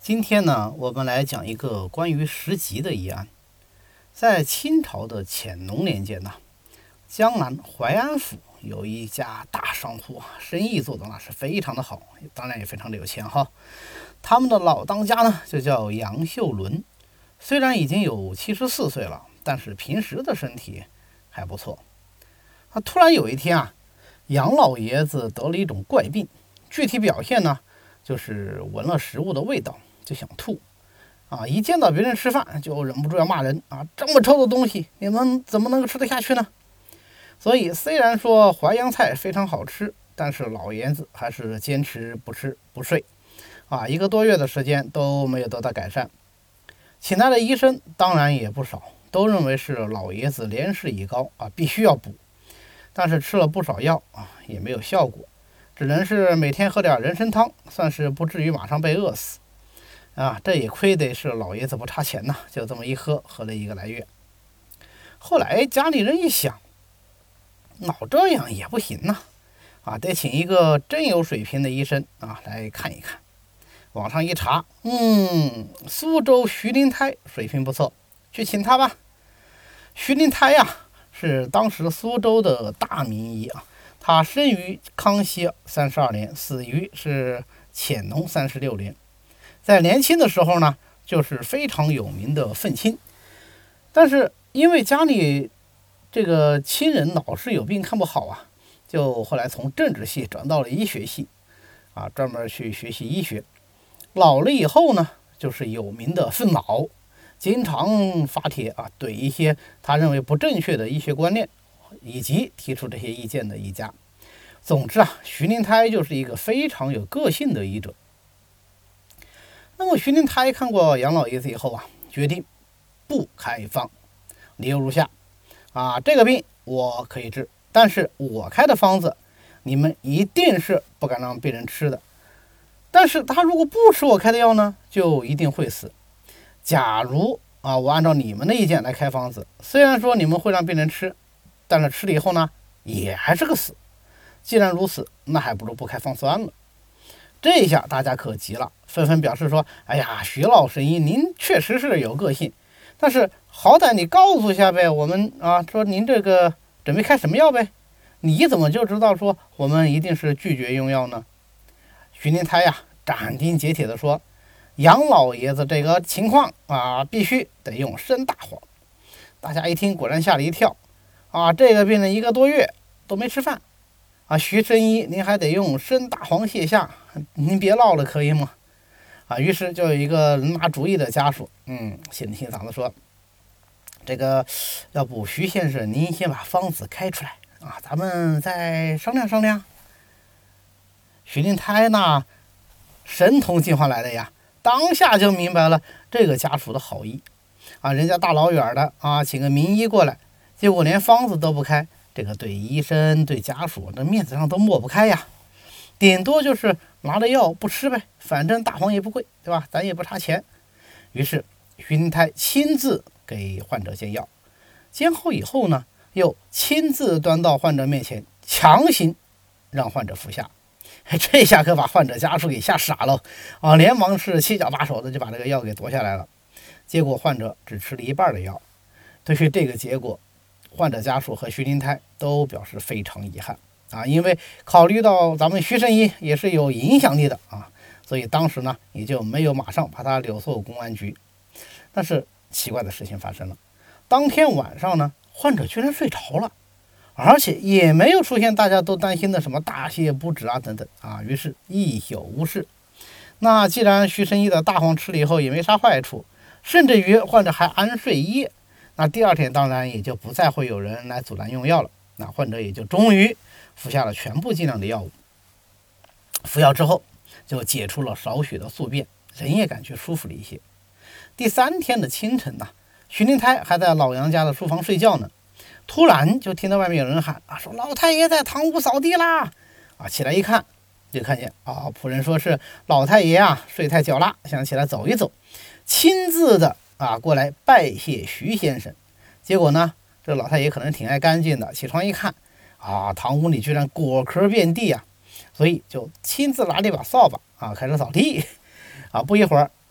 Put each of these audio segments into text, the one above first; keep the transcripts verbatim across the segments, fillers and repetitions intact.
今天呢，我们来讲一个关于石级的疑案。在清朝的乾隆年间呢，江南淮安府有一家大商户，生意做得那是非常的好，当然也非常的有钱哈。他们的老当家呢，就叫杨秀伦。虽然已经有七十四岁了，但是平时的身体还不错。他突然有一天啊，杨老爷子得了一种怪病，具体表现呢，就是闻了食物的味道就想吐啊，一见到别人吃饭就忍不住要骂人啊，这么臭的东西你们怎么能够吃得下去呢？所以虽然说淮扬菜非常好吃，但是老爷子还是坚持不吃不睡啊，一个多月的时间都没有得到改善。请来的医生当然也不少，都认为是老爷子年事已高啊，必须要补。但是吃了不少药啊，也没有效果，只能是每天喝点人参汤，算是不至于马上被饿死啊。这也亏得是老爷子不差钱呐，就这么一喝，喝了一个来月。后来家里人一想，老这样也不行呐，啊，得请一个真有水平的医生啊来看一看。网上一查，嗯，苏州徐灵泰水平不错，去请他吧。徐灵泰呀，是当时苏州的大名医啊，他生于康熙三十二年，死于是乾隆三十六年。在年轻的时候呢，就是非常有名的愤青，但是因为家里这个亲人老是有病看不好啊，就后来从政治系转到了医学系啊，专门去学习医学。老了以后呢，就是有名的愤老，经常发帖啊，怼一些他认为不正确的医学观念，以及提出这些意见的医家。总之啊，徐灵泰就是一个非常有个性的医者。那么徐灵泰看过杨老爷子以后啊，决定不开方，理由如下啊，这个病我可以治，但是我开的方子，你们一定是不敢让病人吃的。但是他如果不吃我开的药呢，就一定会死。假如啊，我按照你们的意见来开方子，虽然说你们会让病人吃，但是吃了以后呢，也还是个死。既然如此，那还不如不开方算了。这一下大家可急了，纷纷表示说：“哎呀，徐老神医，您确实是有个性，但是好歹你告诉一下呗，我们啊，说您这个准备开什么药呗？你怎么就知道说我们一定是拒绝用药呢？”徐灵泰呀，斩钉截铁地说：“杨老爷子这个情况啊，必须得用生大黄。”大家一听，果然吓了一跳啊！这个病人一个多月都没吃饭啊，徐神医您还得用生大黄泻下，您别唠了可以吗？啊，于是就有一个拿主意的家属，嗯，心里心嗓子说：“这个要不徐先生您先把方子开出来啊，咱们再商量商量。”徐灵泰呢，神通进化来的呀，当下就明白了这个家属的好意啊，人家大老远的啊，请个名医过来，结果连方子都不开，这个对医生对家属的面子上都抹不开呀。顶多就是拿着药不吃呗，反正大黄也不贵，对吧？咱也不差钱。于是徐灵泰亲自给患者煎药，煎好以后呢，又亲自端到患者面前，强行让患者服下。这下可把患者家属给吓傻了啊！连忙是七脚八手的就把这个药给夺下来了。结果患者只吃了一半的药。对于这个结果，患者家属和徐灵泰都表示非常遗憾啊，因为考虑到咱们徐神医也是有影响力的啊，所以当时呢也就没有马上把他留送公安局。但是奇怪的事情发生了，当天晚上呢，患者居然睡着了。而且也没有出现大家都担心的什么大泻不止啊等等啊，于是一宿无事。那既然徐神医的大黄吃了以后也没啥坏处，甚至于患者还安睡一夜，那第二天当然也就不再会有人来阻拦用药了。那患者也就终于服下了全部剂量的药物。服药之后就解除了少许的宿便，人也感觉舒服了一些。第三天的清晨呢，徐灵泰还在老杨家的书房睡觉呢。突然就听到外面有人喊啊，说老太爷在堂屋扫地啦！啊，起来一看，就看见啊，仆人说是老太爷啊睡太久了，想起来走一走，亲自的啊过来拜谢徐先生。结果呢，这老太爷可能挺爱干净的，起床一看啊，堂屋里居然果壳遍地啊，所以就亲自拿了一把扫把啊开始扫地啊。不一会儿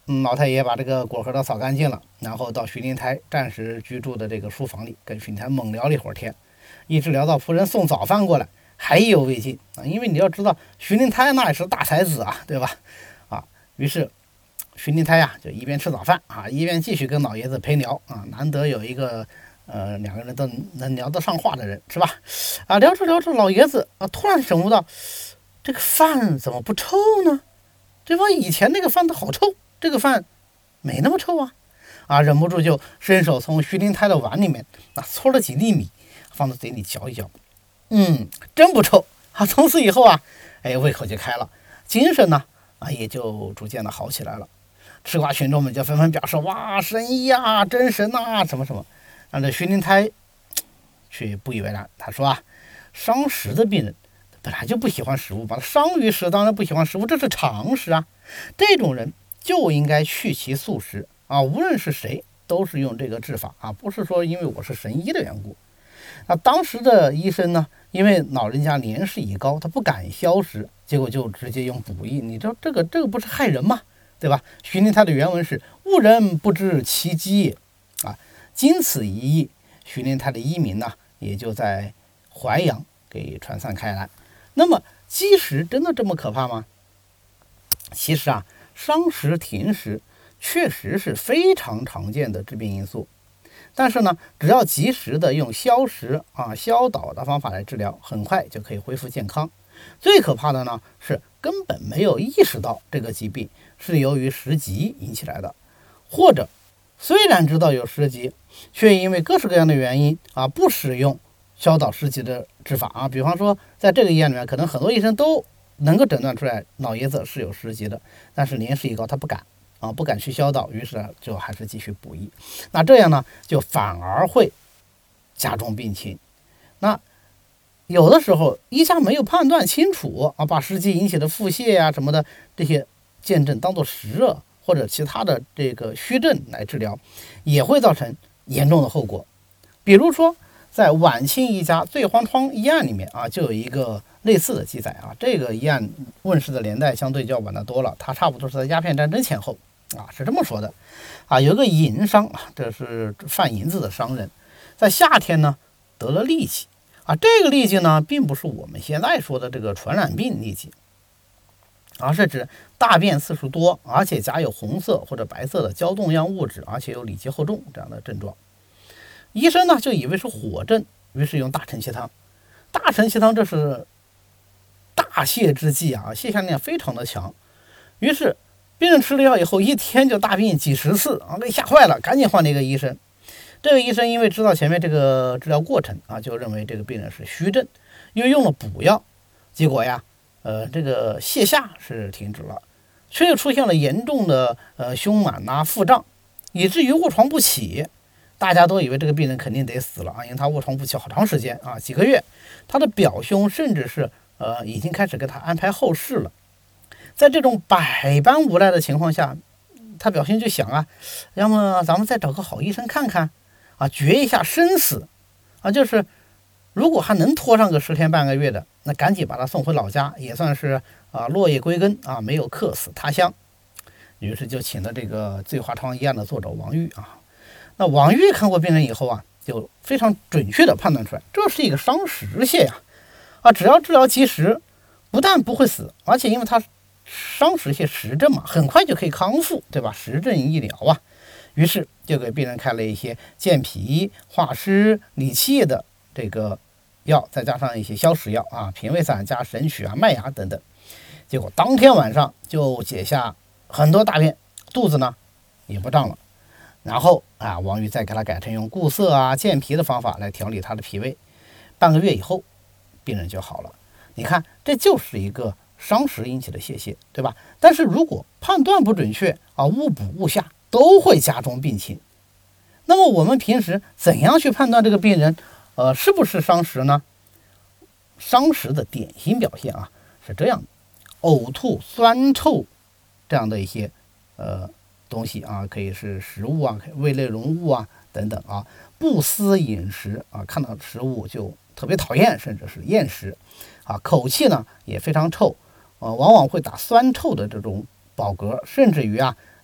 嗯，老太爷把这个果核都扫干净了，然后到徐灵台暂时居住的这个书房里，跟徐灵台猛聊了一会儿天，一直聊到仆人送早饭过来，还意犹未尽啊。因为你要知道，徐灵台那也是大才子啊，对吧？啊，于是徐灵台呀、啊、就一边吃早饭啊，一边继续跟老爷子陪聊啊。难得有一个呃两个人都能聊得上话的人，是吧？啊，聊着聊着，老爷子啊突然醒悟到，这个饭怎么不臭呢？对吧？以前那个饭都好臭。这个饭没那么臭啊，啊，忍不住就伸手从徐灵台的碗里面啊搓了几粒米，放到嘴里嚼一嚼，嗯，真不臭啊！从此以后啊，哎，胃口就开了，精神呢啊也就逐渐的好起来了。吃瓜群众们就纷纷表示：哇，神医啊，真神呐、啊，什么什么。让这徐灵台却不以为然，他说啊，伤食的病人本来就不喜欢食物吧，伤于食当然不喜欢食物，这是常识啊。这种人就应该去其素食啊！无论是谁，都是用这个治法啊，不是说因为我是神医的缘故。那当时的医生呢，因为老人家年事已高，他不敢消食，结果就直接用补益。你知道这个这个不是害人吗？对吧？徐灵台的原文是“误人不知其机也”啊，经此一役，徐灵台的医名呢，也就在淮阳给传散开来。那么积食真的这么可怕吗？其实啊。伤食停食确实是非常常见的致病因素，但是呢，只要及时的用消食啊、消导的方法来治疗，很快就可以恢复健康。最可怕的呢是根本没有意识到这个疾病是由于食疾引起来的，或者虽然知道有食疾，却因为各式各样的原因啊不使用消导食疾的治法啊。比方说，在这个医院里面，可能很多医生都能够诊断出来老爷子是有食疾的，但是年事已高，他不敢啊，不敢去消导，于是就还是继续补益。那这样呢，就反而会加重病情。那有的时候医家没有判断清楚啊，把食疾引起的腹泻呀、啊、什么的这些见证当做实热或者其他的这个虚症来治疗，也会造成严重的后果。比如说，在晚清一家醉黄汤医案里面啊，就有一个类似的记载啊。这个医案问世的年代相对较晚的多了，它差不多是在鸦片战争前后啊，是这么说的啊。有一个银商啊，这是贩银子的商人，在夏天呢得了痢疾啊。这个痢疾呢，并不是我们现在说的这个传染病痢疾，而是指大便次数多，而且夹有红色或者白色的胶冻样物质，而且有里积厚重这样的症状。医生呢就以为是火症，于是用大承气汤。大承气汤这是大泻之剂啊，泻下量非常的强。于是病人吃了药以后，一天就大便几十次啊，给吓坏了，赶紧换了一个医生。这个医生因为知道前面这个治疗过程啊，就认为这个病人是虚症，因为用了补药，结果呀，呃，这个泻下是停止了，却又出现了严重的呃胸满呐、啊、腹胀，以至于卧床不起。大家都以为这个病人肯定得死了啊，因为他卧床不起好长时间啊，几个月，他的表兄甚至是呃已经开始给他安排后事了。在这种百般无奈的情况下，他表兄就想啊，要么咱们再找个好医生看看啊，决一下生死啊，就是如果还能拖上个十天半个月的，那赶紧把他送回老家，也算是啊落叶归根啊，没有客死他乡。于是就请了这个醉花汤医案的作者王玉啊。那王玉看过病人以后啊，就非常准确地判断出来，这是一个伤食泻呀，啊，只要治疗及时，不但不会死，而且因为他伤食泻实症嘛，很快就可以康复，对吧？实证医疗啊，于是就给病人开了一些健脾、化湿、理气的这个药，再加上一些消食药啊，平胃散加神曲啊、麦芽等等。结果当天晚上就解下很多大便，肚子呢也不胀了。然后啊，王玉再给他改成用固涩啊、健脾的方法来调理他的脾胃。半个月以后，病人就好了。你看，这就是一个伤食引起的泄泻，对吧？但是如果判断不准确啊，误补误下，都会加重病情。那么我们平时怎样去判断这个病人呃是不是伤食呢？伤食的典型表现啊是这样的：呕吐、酸臭这样的一些呃。东西啊，可以是食物啊，胃内容物啊等等啊，不思饮食啊，看到食物就特别讨厌，甚至是厌食啊，口气呢也非常臭，呃，往往会打酸臭的这种饱嗝，甚至于啊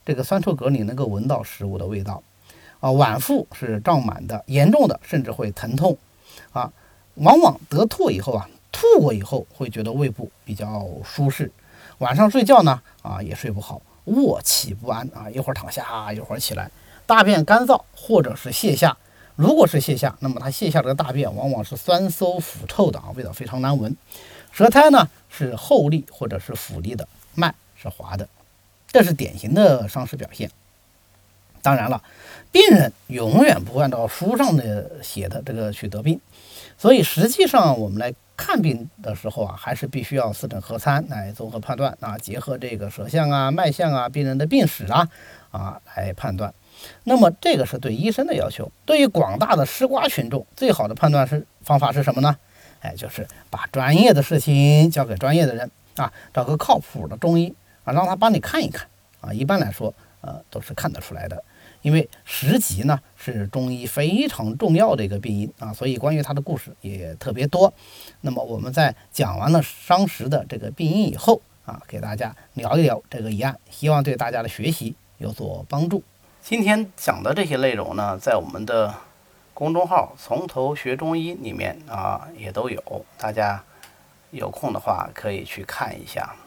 这个酸臭蛤里能够闻到食物的味道啊。脘腹是胀满的，严重的甚至会疼痛啊。往往得吐以后啊，吐过以后会觉得胃部比较舒适，晚上睡觉呢啊也睡不好，卧起不安啊，一会儿躺下一会儿起来，大便干燥或者是泻下。如果是泻下，那么它泻下的大便往往是酸馊腐臭的啊，味道非常难闻。舌苔呢是厚粒或者是腐粒的，脉是滑的，这是典型的伤食表现。当然了，病人永远不会按照书上的写的这个去得病，所以实际上我们来看病的时候啊，还是必须要四诊合参来综合判断啊，结合这个舌象啊、脉象啊、病人的病史啊啊来判断。那么这个是对医生的要求，对于广大的吃瓜群众，最好的判断是方法是什么呢？哎，就是把专业的事情交给专业的人啊，找个靠谱的中医啊，让他帮你看一看啊。一般来说，呃，都是看得出来的。因为食疾呢是中医非常重要的一个病因啊，所以关于它的故事也特别多。那么我们在讲完了伤食的这个病因以后啊，给大家聊一聊这个疑案，希望对大家的学习有所帮助。今天讲的这些内容呢，在我们的公众号从头学中医里面啊也都有，大家有空的话可以去看一下。